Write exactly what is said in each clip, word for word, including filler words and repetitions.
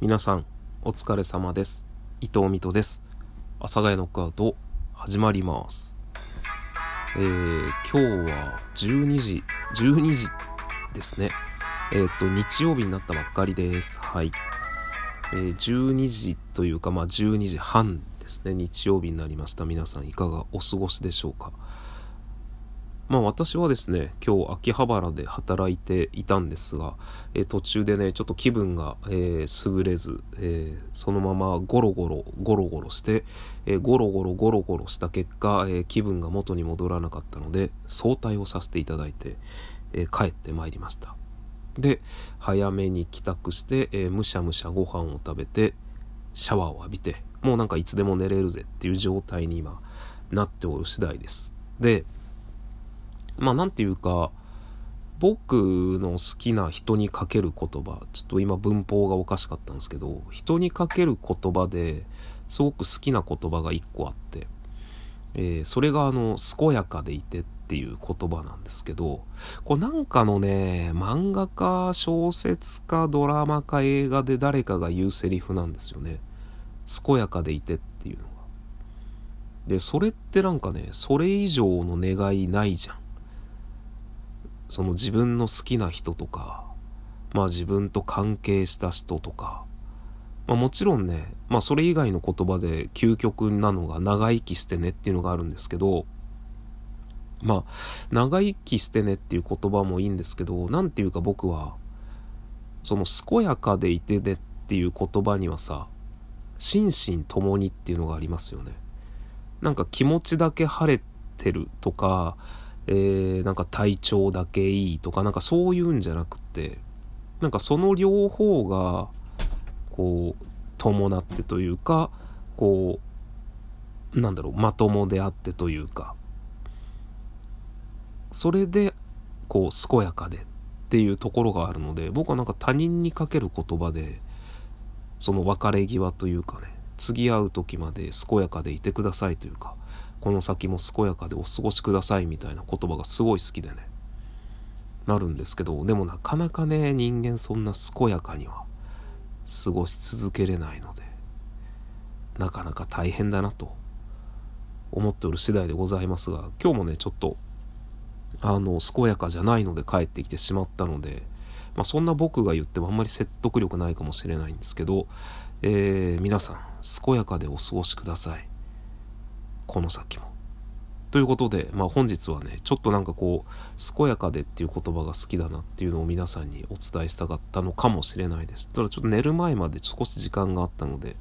皆さんお疲れ様です。伊藤美斗です。阿佐ヶ谷ノックアウト始まります。えー、今日はじゅうにじじゅうにじですね。えっ、ー、と日曜日になったばっかりです。はい、えー、じゅうにじというかまあじゅうにじはんですね。日曜日になりました。皆さんいかがお過ごしでしょうか。まあ私はですね、今日秋葉原で働いていたんですが、えー、途中でねちょっと気分が、えー、優れず、えー、そのままゴロゴロゴロゴロして、えー、ゴロゴロゴロゴロした結果、えー、気分が元に戻らなかったので早退をさせていただいて、えー、帰ってまいりました。で早めに帰宅して、えー、むしゃむしゃご飯を食べてシャワーを浴びて、もうなんかいつでも寝れるぜっていう状態に今なっておる次第です。でまあなんていうか、僕の好きな人にかける言葉、ちょっと今文法がおかしかったんですけど、人にかける言葉ですごく好きな言葉が一個あって、えー、それがあの健やかでいてっていう言葉なんですけど、これなんかのね漫画か小説かドラマか映画で誰かが言うセリフなんですよね。健やかでいてっていうのが。でそれってなんかね、それ以上の願いないじゃん。その自分の好きな人とか、まあ自分と関係した人とか、まあもちろんね、まあそれ以外の言葉で究極なのが長生きしてねっていうのがあるんですけど、まあ長生きしてねっていう言葉もいいんですけど、なんていうか僕はその健やかでいてねっていう言葉にはさ、心身ともにっていうのがありますよね。なんか気持ちだけ晴れてるとか、えー、なんか体調だけいいとか、なんかそういうんじゃなくて、なんかその両方がこう伴ってというか、こうなんだろう、まともであってというか、それでこう健やかでっていうところがあるので、僕はなんか他人にかける言葉で、その別れ際というかね、次会う時まで健やかでいてくださいというか、この先も健やかでお過ごしくださいみたいな言葉がすごい好きでね、なるんですけど、でもなかなかね人間そんな健やかには過ごし続けれないので、なかなか大変だなと思っておる次第でございますが、今日もねちょっとあの健やかじゃないので帰ってきてしまったので、まあそんな僕が言ってもあんまり説得力ないかもしれないんですけど、えー、皆さん健やかでお過ごしください、この先も。ということで、まあ本日はねちょっとなんかこう健やかでっていう言葉が好きだなっていうのを皆さんにお伝えしたかったのかもしれないです。ただちょっと寝る前まで少し時間があったので、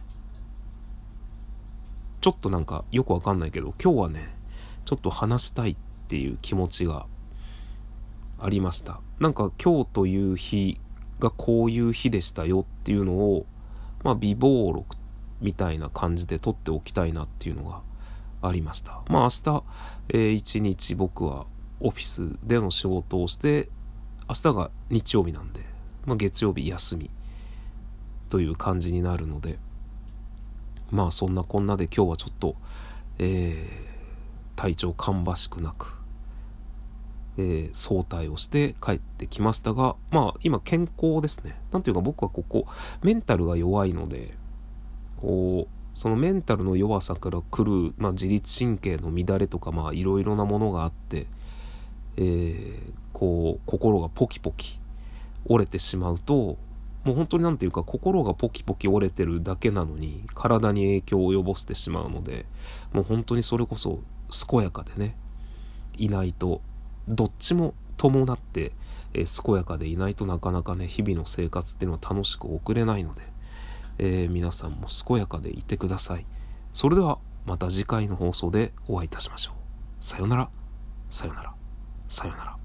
ちょっとなんかよくわかんないけど、今日はねちょっと話したいっていう気持ちがありました。なんか今日という日がこういう日でしたよっていうのを、まあ備忘録みたいな感じで取っておきたいなっていうのがありました。まあ明日、えー、一日僕はオフィスでの仕事をして、明日が日曜日なんで、まあ、月曜日休みという感じになるので、まあそんなこんなで今日はちょっと、えー、体調芳しくなく、えー、早退をして帰ってきましたが、まあ今健康ですね。なんていうか僕はここメンタルが弱いので、こうそのメンタルの弱さから来る、まあ、自律神経の乱れとか、まあいろいろなものがあって、えー、こう心がポキポキ折れてしまうと、もう本当になんていうか心がポキポキ折れてるだけなのに体に影響を及ぼしてしまうので、もう本当にそれこそ健やかでねいないと、どっちも伴って、えー、健やかでいないとなかなかね日々の生活っていうのは楽しく送れないので、えー、皆さんも健やかでいてください。それではまた次回の放送でお会いいたしましょう。さよなら、さよなら、さよなら。